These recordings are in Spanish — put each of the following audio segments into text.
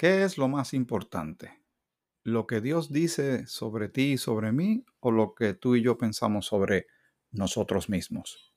¿Qué es lo más importante? ¿Lo que Dios dice sobre ti y sobre mí o lo que tú y yo pensamos sobre nosotros mismos?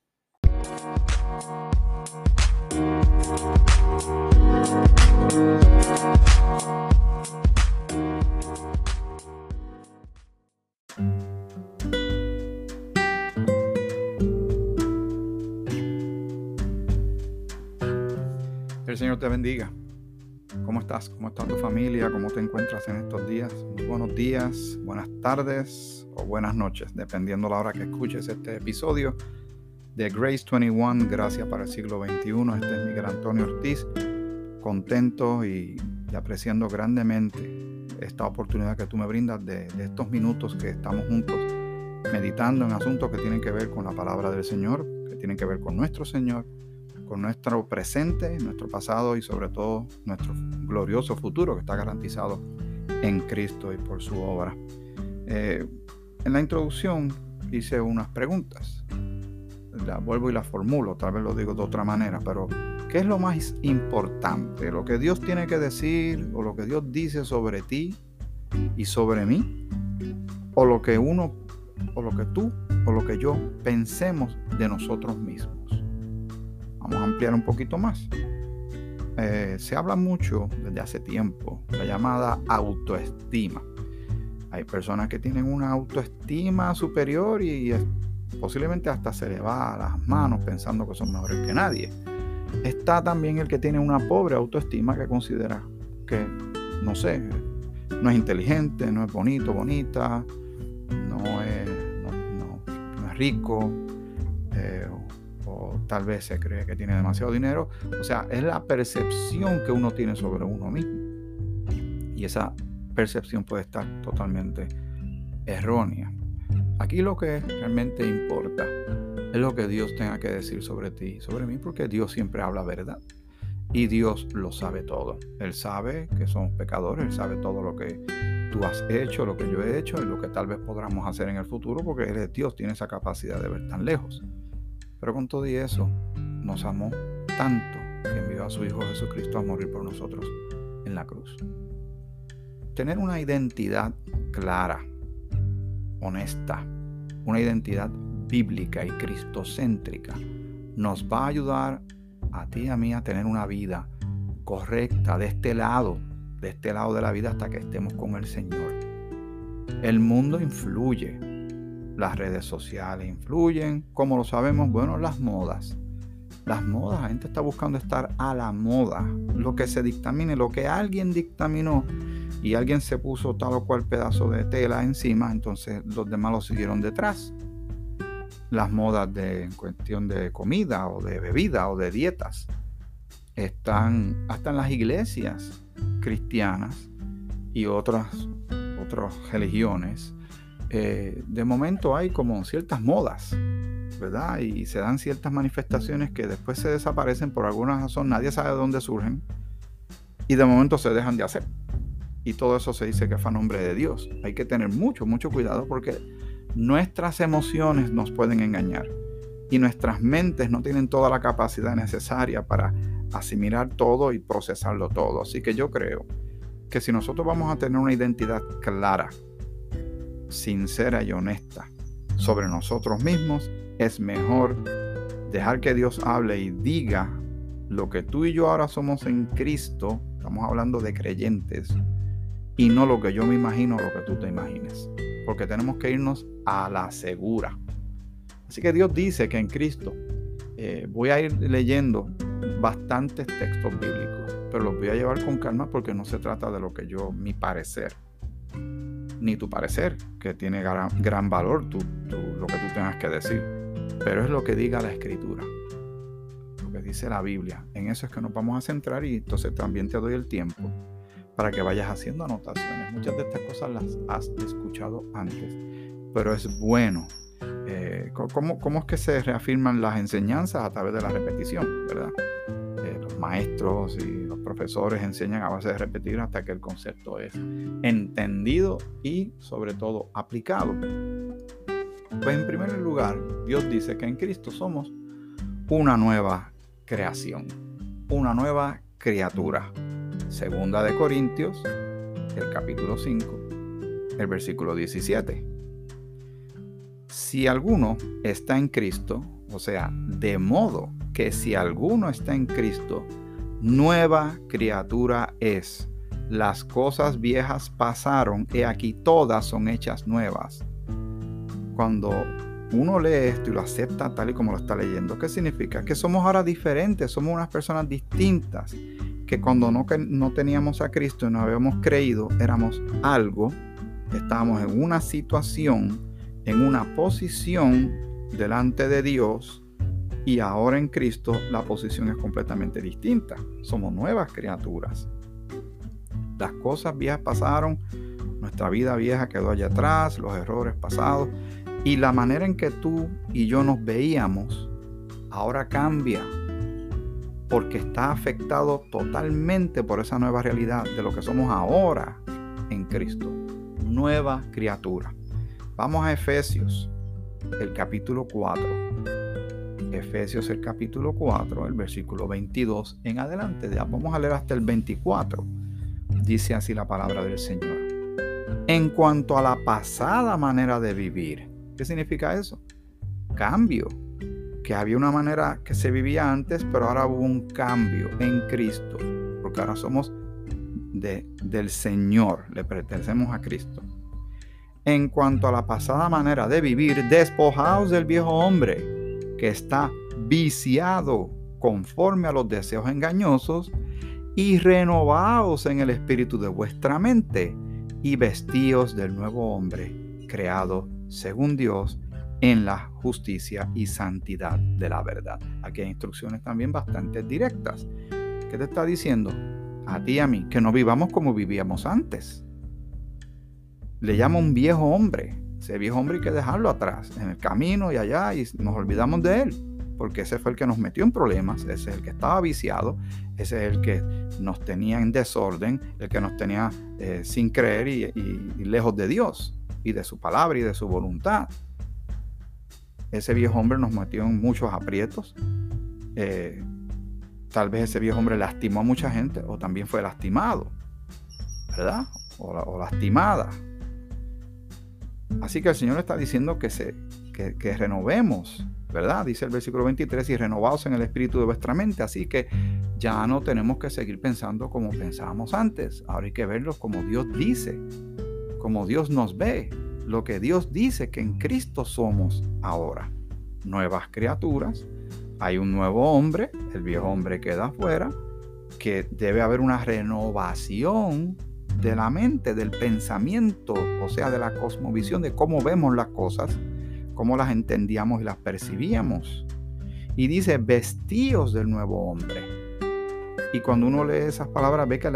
El Señor te bendiga. ¿Cómo estás? ¿Cómo está tu familia? ¿Cómo te encuentras en estos días? Muy buenos días, buenas tardes o buenas noches, dependiendo la hora que escuches este episodio de Grace 21, Gracia para el siglo XXI. Este es Miguel Antonio Ortiz, contento y apreciando grandemente esta oportunidad que tú me brindas de estos minutos que estamos juntos meditando en asuntos que tienen que ver con la palabra del Señor, que tienen que ver con nuestro Señor, con nuestro presente, nuestro pasado y sobre todo nuestro glorioso futuro que está garantizado en Cristo y por su obra. En la introducción hice unas preguntas, las vuelvo y las formulo, tal vez lo digo de otra manera, pero ¿qué es lo más importante? ¿Lo que Dios tiene que decir o lo que Dios dice sobre ti y sobre mí? ¿O lo que uno, o lo que tú, o lo que yo pensemos de nosotros mismos? Vamos a ampliar un poquito más. Se habla mucho desde hace tiempo la llamada autoestima. Hay personas que tienen una autoestima superior y posiblemente hasta se le va a las manos pensando que son mejores que nadie. Está también el que tiene una pobre autoestima que considera que, no es inteligente, no es bonito, bonita, no es rico, o tal vez se cree que tiene demasiado dinero. O sea, es la percepción que uno tiene sobre uno mismo. Y esa percepción puede estar totalmente errónea. Aquí lo que realmente importa es lo que Dios tenga que decir sobre ti y sobre mí, porque Dios siempre habla verdad. Y Dios lo sabe todo. Él sabe que somos pecadores, Él sabe todo lo que tú has hecho, lo que yo he hecho y lo que tal vez podamos hacer en el futuro, porque Él es Dios, tiene esa capacidad de ver tan lejos. Pero con todo y eso, nos amó tanto que envió a su Hijo Jesucristo a morir por nosotros en la cruz. Tener una identidad clara, honesta, una identidad bíblica y cristocéntrica nos va a ayudar a ti y a mí a tener una vida correcta de este lado de la vida hasta que estemos con el Señor. El mundo influye. Las redes sociales influyen. ¿Cómo lo sabemos? Bueno, las modas. La gente está buscando estar a la moda. Lo que se dictamine, lo que alguien dictaminó y alguien se puso tal o cual pedazo de tela encima, entonces los demás lo siguieron detrás. Las modas en cuestión de comida o de bebida o de dietas están hasta en las iglesias cristianas y otras religiones. De momento hay como ciertas modas, ¿verdad? Y se dan ciertas manifestaciones que después se desaparecen por alguna razón, nadie sabe de dónde surgen y de momento se dejan de hacer. Y todo eso se dice que fue a nombre de Dios. Hay que tener mucho cuidado porque nuestras emociones nos pueden engañar y nuestras mentes no tienen toda la capacidad necesaria para asimilar todo y procesarlo todo. Así que yo creo que si nosotros vamos a tener una identidad clara, sincera y honesta sobre nosotros mismos, es mejor dejar que Dios hable y diga lo que tú y yo ahora somos en Cristo. Estamos hablando de creyentes y no lo que yo me imagino o lo que tú te imagines, porque tenemos que irnos a la segura. Así que Dios dice que en Cristo voy a ir leyendo bastantes textos bíblicos, pero los voy a llevar con calma porque no se trata de lo que mi parecer, ni tu parecer, que tiene gran valor, lo que tú tengas que decir, pero es lo que diga la Escritura, lo que dice la Biblia. En eso es que nos vamos a centrar y entonces también te doy el tiempo para que vayas haciendo anotaciones. Muchas de estas cosas las has escuchado antes, pero es bueno. ¿Cómo es que se reafirman las enseñanzas? A través de la repetición, ¿verdad? Los maestros y los profesores enseñan a base de repetir hasta que el concepto es entendido y sobre todo aplicado. Pues en primer lugar, Dios dice que en Cristo somos una nueva creación, una nueva criatura. Segunda de Corintios, el capítulo 5, el versículo 17. Si alguno está en Cristo, o sea, de modo que si alguno está en Cristo, nueva criatura es. Las cosas viejas pasaron, he aquí todas son hechas nuevas. Cuando uno lee esto y lo acepta tal y como lo está leyendo, ¿qué significa? Que somos ahora diferentes, somos unas personas distintas, que cuando no teníamos a Cristo y no habíamos creído, éramos algo, estábamos en una situación, en una posición delante de Dios, y ahora en Cristo la posición es completamente distinta. Somos nuevas criaturas. Las cosas viejas pasaron, nuestra vida vieja quedó allá atrás, los errores pasados, y la manera en que tú y yo nos veíamos ahora cambia, porque está afectado totalmente por esa nueva realidad de lo que somos ahora en Cristo. Nueva criatura. Vamos a Efesios, el capítulo 4. Efesios, el capítulo 4, el versículo 22 en adelante. Vamos a leer hasta el 24. Dice así la palabra del Señor. En cuanto a la pasada manera de vivir, ¿qué significa eso? Cambio. Que había una manera que se vivía antes, pero ahora hubo un cambio en Cristo, porque ahora somos del Señor, le pertenecemos a Cristo. En cuanto a la pasada manera de vivir, despojaos del viejo hombre, que está viciado conforme a los deseos engañosos, y renovaos en el espíritu de vuestra mente, y vestíos del nuevo hombre, creado según Dios, en la justicia y santidad de la verdad. Aquí hay instrucciones también bastante directas. ¿Qué te está diciendo? A ti y a mí, que no vivamos como vivíamos antes. Le llama un viejo hombre. Ese viejo hombre hay que dejarlo atrás, en el camino y allá, y nos olvidamos de él, porque ese fue el que nos metió en problemas, ese es el que estaba viciado, ese es el que nos tenía en desorden, el que nos tenía sin creer y lejos de Dios y de su palabra y de su voluntad. Ese viejo hombre nos metió en muchos aprietos. Tal vez ese viejo hombre lastimó a mucha gente, o también fue lastimado, ¿verdad? O lastimada. Así que el Señor está diciendo que renovemos, ¿verdad? Dice el versículo 23, y renovaos en el espíritu de vuestra mente. Así que ya no tenemos que seguir pensando como pensábamos antes. Ahora hay que verlos como Dios dice, como Dios nos ve. Lo que Dios dice que en Cristo somos ahora. Nuevas criaturas. Hay un nuevo hombre, el viejo hombre queda afuera, que debe haber una renovación de la mente, del pensamiento, o sea, de la cosmovisión, de cómo vemos las cosas, cómo las entendíamos y las percibíamos. Y dice, vestíos del nuevo hombre. Y cuando uno lee esas palabras, ve que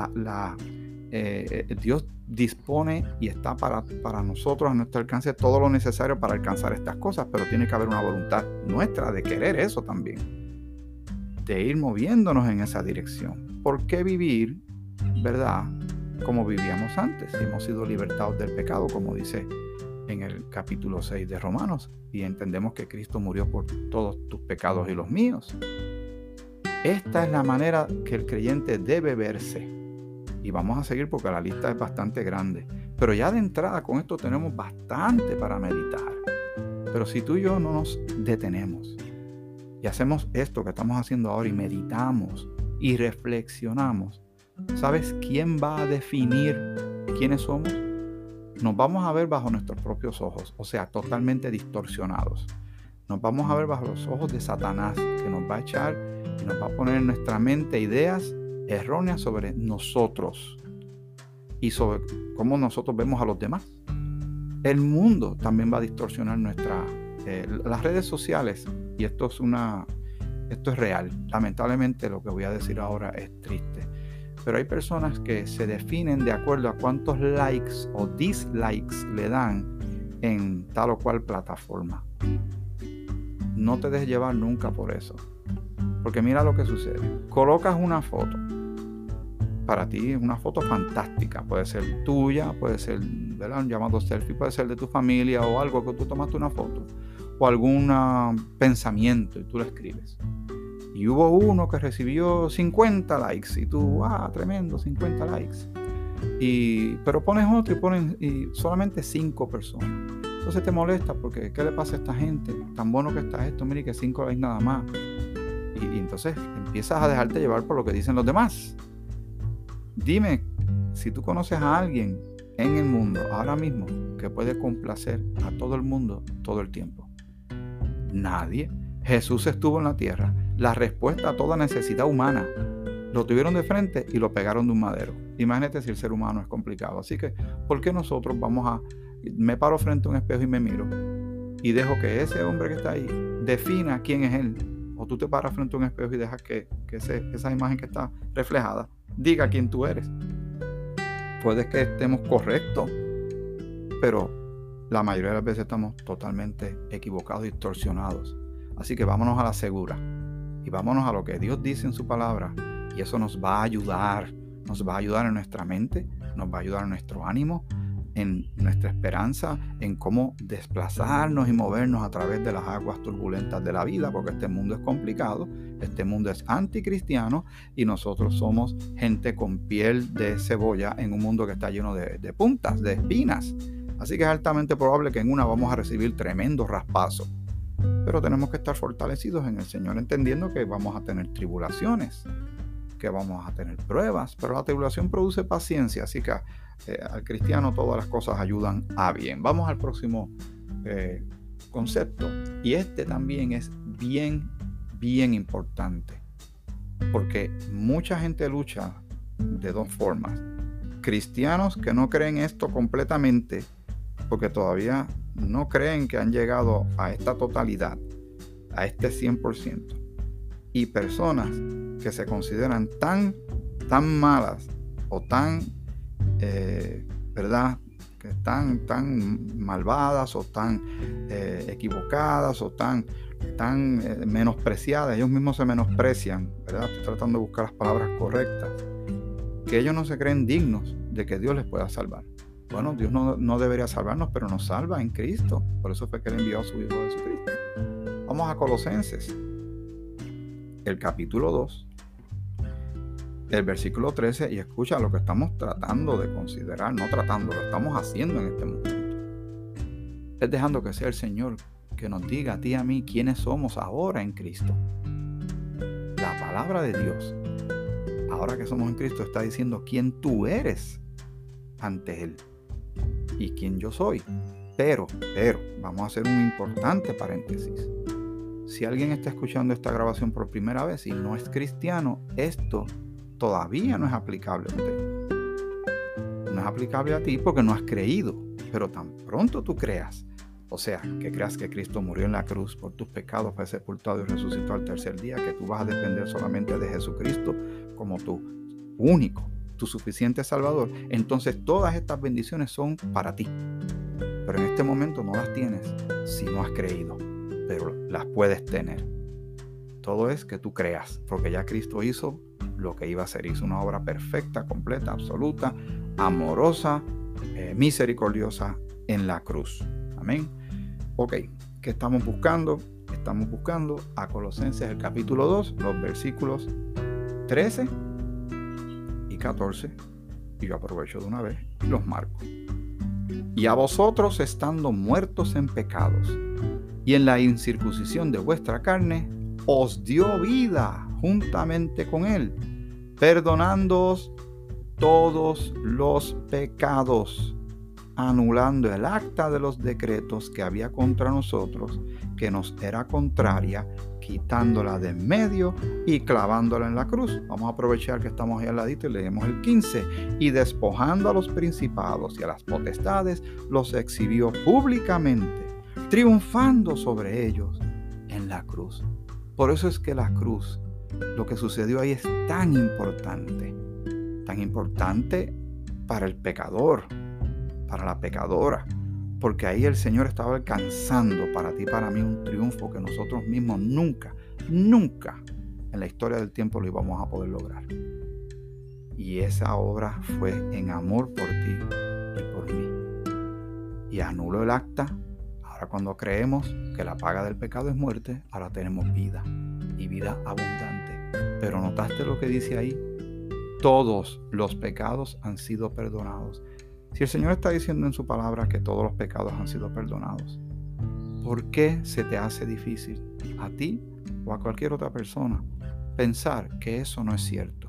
Dios dispone y está para nosotros a nuestro alcance todo lo necesario para alcanzar estas cosas, pero tiene que haber una voluntad nuestra de querer eso también, de ir moviéndonos en esa dirección. ¿Por qué vivir, verdad, como vivíamos antes? Hemos sido libertados del pecado, como dice en el capítulo 6 de Romanos, y entendemos que Cristo murió por todos tus pecados y los míos. Esta es la manera que el creyente debe verse. Y vamos a seguir porque la lista es bastante grande. Pero ya de entrada con esto tenemos bastante para meditar. Pero si tú y yo no nos detenemos y hacemos esto que estamos haciendo ahora y meditamos y reflexionamos, ¿sabes quién va a definir quiénes somos? Nos vamos a ver bajo nuestros propios ojos, o sea, totalmente distorsionados. Nos vamos a ver bajo los ojos de Satanás, que nos va a echar y nos va a poner en nuestra mente ideas erróneas sobre nosotros y sobre cómo nosotros vemos a los demás. El mundo también va a distorsionar las redes sociales, y esto es real. Lamentablemente lo que voy a decir ahora es triste, pero hay personas que se definen de acuerdo a cuántos likes o dislikes le dan en tal o cual plataforma. No te dejes llevar nunca por eso, porque mira lo que sucede. Colocas una foto, para ti es una foto fantástica, puede ser tuya, puede ser, ¿verdad?, un llamado selfie, puede ser de tu familia o algo que tú tomaste una foto, o algún pensamiento y tú lo escribes. y hubo uno que recibió 50 likes y tú, tremendo, 50 likes. Pero pones otro y solamente 5 personas. Entonces te molesta porque ¿qué le pasa a esta gente? Tan bueno que está esto, mire que 5 likes nada más. Y entonces empiezas a dejarte llevar por lo que dicen los demás. Dime, si tú conoces a alguien en el mundo ahora mismo que puede complacer a todo el mundo todo el tiempo. Nadie. Jesús estuvo en la tierra. La respuesta a toda necesidad humana. Lo tuvieron de frente y lo pegaron de un madero. Imagínate si el ser humano es complicado. Así que, ¿por qué nosotros me paro frente a un espejo y me miro y dejo que ese hombre que está ahí defina quién es él? O tú te paras frente a un espejo y dejas que esa imagen que está reflejada diga quién tú eres. Puede que estemos correctos, pero la mayoría de las veces estamos totalmente equivocados y distorsionados. Así que vámonos a la segura y vámonos a lo que Dios dice en su palabra, y eso nos va a ayudar en nuestra mente, nos va a ayudar en nuestro ánimo, en nuestra esperanza, en cómo desplazarnos y movernos a través de las aguas turbulentas de la vida, porque este mundo es complicado, este mundo es anticristiano y nosotros somos gente con piel de cebolla en un mundo que está lleno de puntas, de espinas. Así que es altamente probable que en una vamos a recibir tremendo raspazo. Pero tenemos que estar fortalecidos en el Señor, entendiendo que vamos a tener tribulaciones, que vamos a tener pruebas, pero la tribulación produce paciencia, así que al cristiano todas las cosas ayudan a bien. Vamos al próximo concepto, y este también es bien importante, porque mucha gente lucha de dos formas. Cristianos que no creen esto completamente, porque todavía no creen que han llegado a esta totalidad, a este 100%, y personas que se consideran tan malas o tan ¿verdad? Que están tan malvadas o tan equivocadas o tan menospreciadas. Ellos mismos se menosprecian, ¿verdad? Estoy tratando de buscar las palabras correctas, que ellos no se creen dignos de que Dios les pueda salvar. Bueno, Dios no debería salvarnos, pero nos salva en Cristo. Por eso fue que Él envió a su Hijo Jesucristo. Vamos a Colosenses, el capítulo 2, el versículo 13, y escucha lo que estamos tratando de considerar, lo estamos haciendo en este momento. Es dejando que sea el Señor que nos diga a ti y a mí quiénes somos ahora en Cristo. La palabra de Dios, ahora que somos en Cristo, está diciendo quién tú eres ante Él y quién yo soy. Pero, vamos a hacer un importante paréntesis. Si alguien está escuchando esta grabación por primera vez y no es cristiano, esto todavía no es aplicable a usted. No es aplicable a ti porque no has creído. Pero tan pronto tú creas, o sea, que creas que Cristo murió en la cruz por tus pecados, fue sepultado y resucitó al tercer día, que tú vas a depender solamente de Jesucristo como tu único, tu suficiente Salvador, entonces todas estas bendiciones son para ti. Pero en este momento no las tienes si no has creído, pero las puedes tener. Todo es que tú creas, porque ya Cristo hizo lo que iba a hacer. Hizo una obra perfecta, completa, absoluta, amorosa, misericordiosa en la cruz. Amén. Ok, ¿qué estamos buscando? Estamos buscando a Colosenses el capítulo 2, los versículos 13 y 14. Y yo aprovecho de una vez y los marco. Y a vosotros, estando muertos en pecados y en la incircuncisión de vuestra carne, os dio vida juntamente con Él, perdonándoos todos los pecados, anulando el acta de los decretos que había contra nosotros, que nos era contraria, quitándola de en medio y clavándola en la cruz. Vamos a aprovechar que estamos ahí al ladito y leemos el 15. Y despojando a los principados y a las potestades, los exhibió públicamente, triunfando sobre ellos en la cruz. Por eso es que la cruz, lo que sucedió ahí es tan importante para el pecador, para la pecadora, porque ahí el Señor estaba alcanzando para ti y para mí un triunfo que nosotros mismos nunca en la historia del tiempo lo íbamos a poder lograr. Y esa obra fue en amor por ti y por mí. Y anuló el acta. Ahora cuando creemos que la paga del pecado es muerte, ahora tenemos vida. y vida abundante. Pero ¿notaste lo que dice ahí? Todos los pecados han sido perdonados. Si el Señor está diciendo en su palabra que todos los pecados han sido perdonados, ¿por qué se te hace difícil a ti o a cualquier otra persona pensar que eso no es cierto?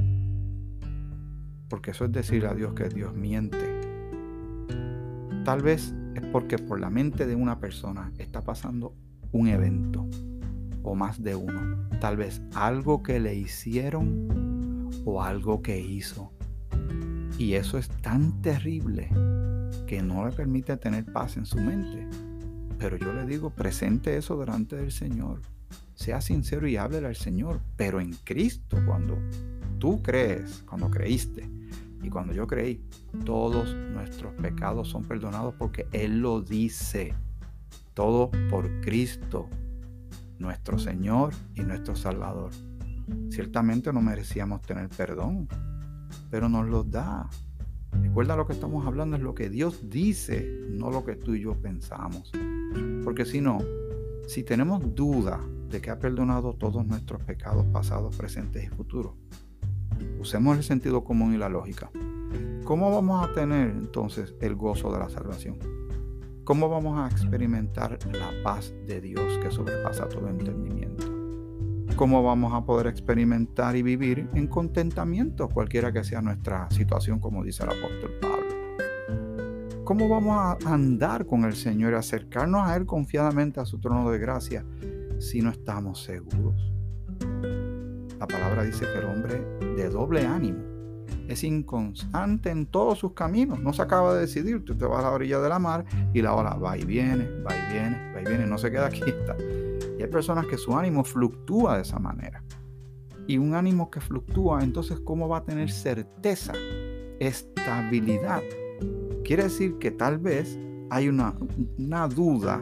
Porque eso es decirle a Dios que Dios miente. Tal vez es porque por la mente de una persona está pasando un evento o más de uno. Tal vez algo que le hicieron o algo que hizo. Y eso es tan terrible que no le permite tener paz en su mente. Pero yo le digo, presente eso delante del Señor. Sea sincero y háblele al Señor. Pero en Cristo, cuando tú crees, cuando creíste y cuando yo creí, todos nuestros pecados son perdonados porque Él lo dice. Todo por Cristo, nuestro Señor y nuestro Salvador. Ciertamente no merecíamos tener perdón, pero nos lo da. Recuerda, lo que estamos hablando es lo que Dios dice, no lo que tú y yo pensamos. Porque si no, si tenemos duda de que ha perdonado todos nuestros pecados pasados, presentes y futuros, usemos el sentido común y la lógica. ¿Cómo vamos a tener entonces el gozo de la salvación? ¿Cómo vamos a experimentar la paz de Dios que sobrepasa todo entendimiento? ¿Cómo vamos a poder experimentar y vivir en contentamiento, cualquiera que sea nuestra situación, como dice el apóstol Pablo? ¿Cómo vamos a andar con el Señor y acercarnos a Él confiadamente a su trono de gracia si no estamos seguros? La palabra dice que el hombre de doble ánimo es inconstante en todos sus caminos. No se acaba de decidir. Tú te vas a la orilla de la mar y la ola va y viene, va y viene, va y viene. No se queda quieta. Y hay personas que su ánimo fluctúa de esa manera. Y un ánimo que fluctúa, entonces, ¿cómo va a tener certeza, estabilidad? Quiere decir que tal vez hay una duda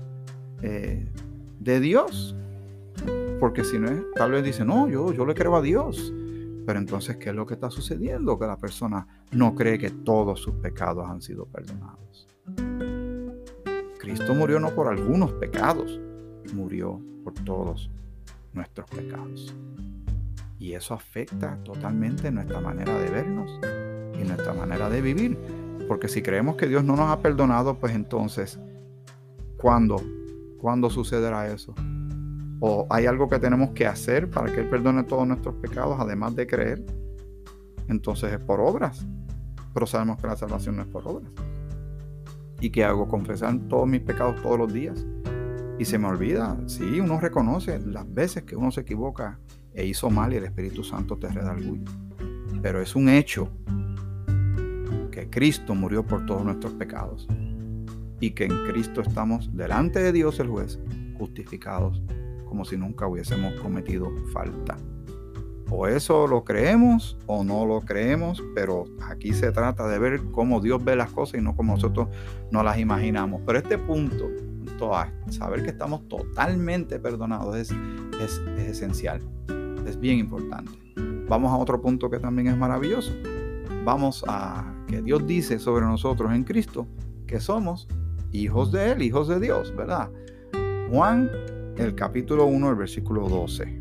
de Dios. Porque si no es, tal vez dice, no, yo le creo a Dios. Pero entonces, ¿qué es lo que está sucediendo? Que la persona no cree que todos sus pecados han sido perdonados. Cristo murió no por algunos pecados, murió por todos nuestros pecados. Y eso afecta totalmente nuestra manera de vernos y nuestra manera de vivir. Porque si creemos que Dios no nos ha perdonado, pues entonces, ¿cuándo sucederá eso? ¿O hay algo que tenemos que hacer para que Él perdone todos nuestros pecados, además de creer? Entonces es por obras. Pero sabemos que la salvación no es por obras. ¿Y qué hago? ¿Confesar todos mis pecados todos los días? Y se me olvida. Sí, uno reconoce las veces que uno se equivoca e hizo mal y el Espíritu Santo te redarguye. Pero es un hecho que Cristo murió por todos nuestros pecados. Y que en Cristo estamos delante de Dios el juez, justificados, como si nunca hubiésemos cometido falta. O eso lo creemos o no lo creemos, pero aquí se trata de ver cómo Dios ve las cosas y no como nosotros nos las imaginamos. Pero este punto, saber que estamos totalmente perdonados es esencial, es bien importante. Vamos a otro punto que también es maravilloso. Vamos a que Dios dice sobre nosotros en Cristo que somos hijos de Él, hijos de Dios, ¿verdad? Juan, el capítulo 1, el versículo 12.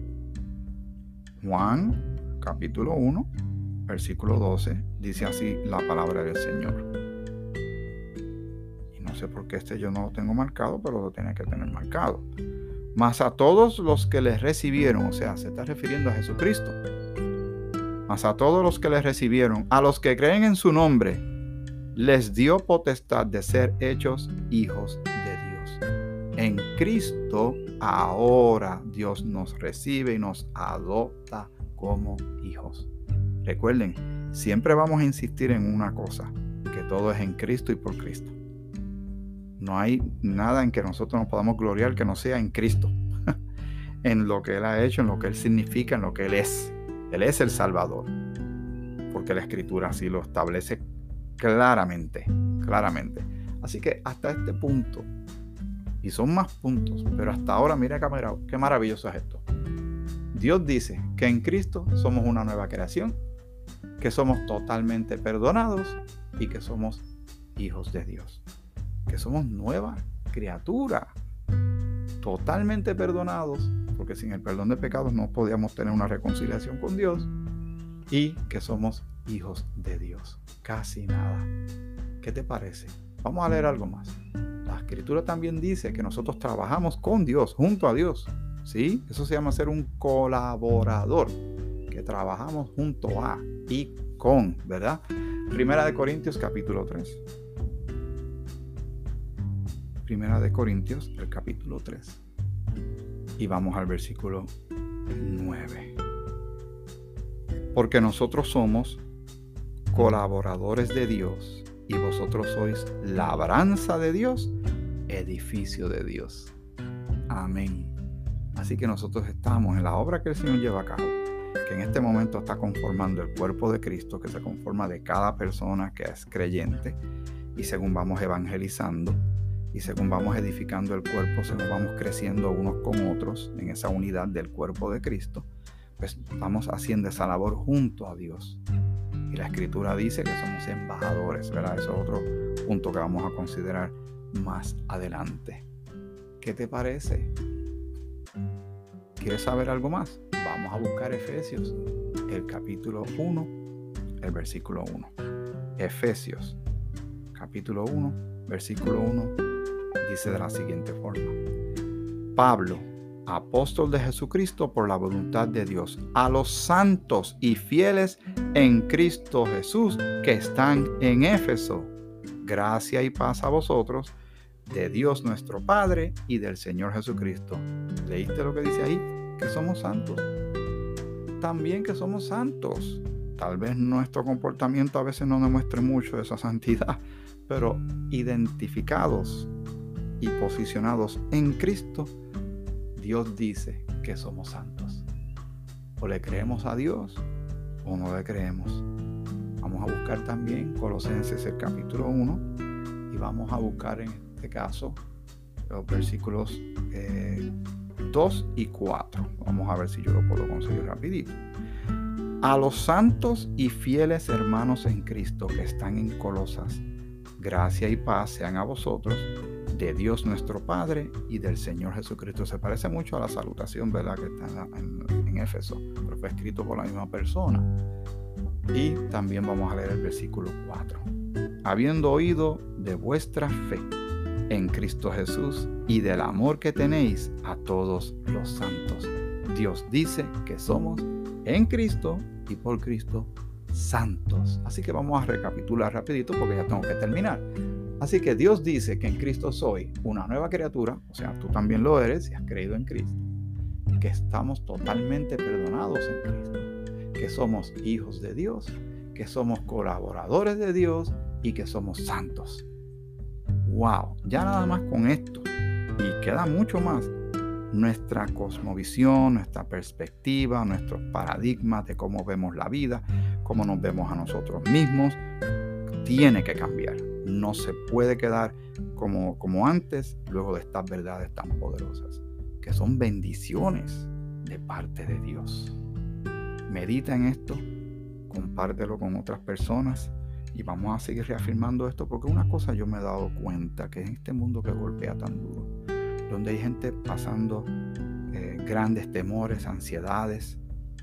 Juan, capítulo 1, versículo 12, dice así la palabra del Señor. Y no sé por qué yo no lo tengo marcado, pero lo tenía que tener marcado. Mas a todos los que les recibieron, o sea, se está refiriendo a Jesucristo. Mas a todos los que les recibieron, a los que creen en su nombre, les dio potestad de ser hechos hijos de Dios. En Cristo, ahora Dios nos recibe y nos adopta como hijos. Recuerden, siempre vamos a insistir en una cosa, que todo es en Cristo y por Cristo. No hay nada en que nosotros nos podamos gloriar que no sea en Cristo, en lo que Él ha hecho, en lo que Él significa, en lo que Él es. Él es el Salvador, porque la Escritura así lo establece claramente. Así que hasta este punto, y son más puntos, pero hasta ahora mira qué maravilloso es esto. Dios dice que en Cristo somos una nueva creación, que somos totalmente perdonados y que somos hijos de Dios, que somos nueva criatura, totalmente perdonados porque sin el perdón de pecados no podíamos tener una reconciliación con Dios, y que somos hijos de Dios. Casi nada. ¿Qué te parece? Vamos a leer algo más. La Escritura también dice que nosotros trabajamos con Dios, junto a Dios. ¿Sí? Eso se llama ser un colaborador, que trabajamos junto a y con, ¿verdad? Primera de Corintios capítulo 3. Primera de Corintios, el capítulo 3. Y vamos al versículo 9. Porque nosotros somos colaboradores de Dios y vosotros sois labranza de Dios, edificio de Dios. Amén. Así que nosotros estamos en la obra que el Señor lleva a cabo, que en este momento está conformando el cuerpo de Cristo, que se conforma de cada persona que es creyente, y según vamos evangelizando y según vamos edificando el cuerpo, según vamos creciendo unos con otros en esa unidad del cuerpo de Cristo, pues vamos haciendo esa labor junto a Dios. Y la Escritura dice que somos embajadores, ¿verdad? Eso es otro punto que vamos a considerar más adelante. ¿Qué te parece? ¿Quieres saber algo más? Vamos a buscar Efesios, el capítulo 1, el versículo 1. Efesios, capítulo 1, versículo 1, dice de la siguiente forma: Pablo, apóstol de Jesucristo por la voluntad de Dios, a los santos y fieles en Cristo Jesús que están en Éfeso, gracia y paz a vosotros, de Dios nuestro Padre y del Señor Jesucristo. ¿Leíste lo que dice ahí? Que somos santos. También que somos santos. Tal vez nuestro comportamiento a veces no demuestre mucho esa santidad, pero identificados y posicionados en Cristo, Dios dice que somos santos. O le creemos a Dios o no le creemos. Vamos a buscar también Colosenses el capítulo 1 y vamos a buscar en este caso los versículos 2 y 4. Vamos a ver si yo lo puedo conseguir rapidito. A los santos y fieles hermanos en Cristo que están en Colosas, gracia y paz sean a vosotros, de Dios nuestro Padre y del Señor Jesucristo. Se parece mucho a la salutación, ¿verdad?, que está en Éfeso, pero fue escrito por la misma persona. Y también vamos a leer el versículo 4. Habiendo oído de vuestra fe en Cristo Jesús y del amor que tenéis a todos los santos. Dios dice que somos en Cristo y por Cristo santos. Así que vamos a recapitular rapidito porque ya tengo que terminar. Así que Dios dice que en Cristo soy una nueva criatura, o sea, tú también lo eres si has creído en Cristo, que estamos totalmente perdonados en Cristo, que somos hijos de Dios, que somos colaboradores de Dios y que somos santos. ¡Wow! Ya nada más con esto, y queda mucho más, nuestra cosmovisión, nuestra perspectiva, nuestros paradigmas de cómo vemos la vida, cómo nos vemos a nosotros mismos, tiene que cambiar. No se puede quedar como antes, luego de estas verdades tan poderosas, que son bendiciones de parte de Dios. Medita en esto, compártelo con otras personas y vamos a seguir reafirmando esto, porque una cosa yo me he dado cuenta, que en este mundo que golpea tan duro, donde hay gente pasando grandes temores, ansiedades,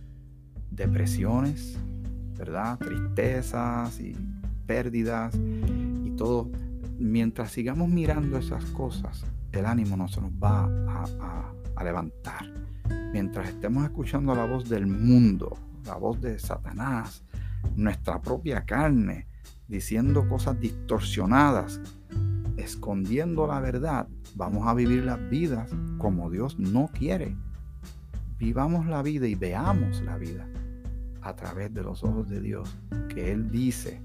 depresiones, ¿verdad?, tristezas y pérdidas y todo, mientras sigamos mirando esas cosas, el ánimo no se nos va a levantar. Mientras estemos escuchando la voz del mundo, la voz de Satanás, nuestra propia carne, diciendo cosas distorsionadas, escondiendo la verdad, vamos a vivir las vidas como Dios no quiere. Vivamos la vida y veamos la vida a través de los ojos de Dios, que Él dice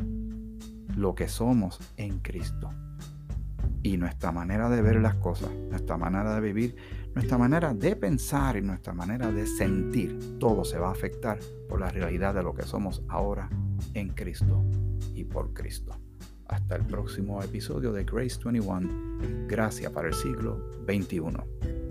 lo que somos en Cristo. Y nuestra manera de ver las cosas, nuestra manera de vivir, nuestra manera de pensar y nuestra manera de sentir, todo se va a afectar por la realidad de lo que somos ahora en Cristo y por Cristo. Hasta el próximo episodio de Grace 21, Gracia para el siglo XXI.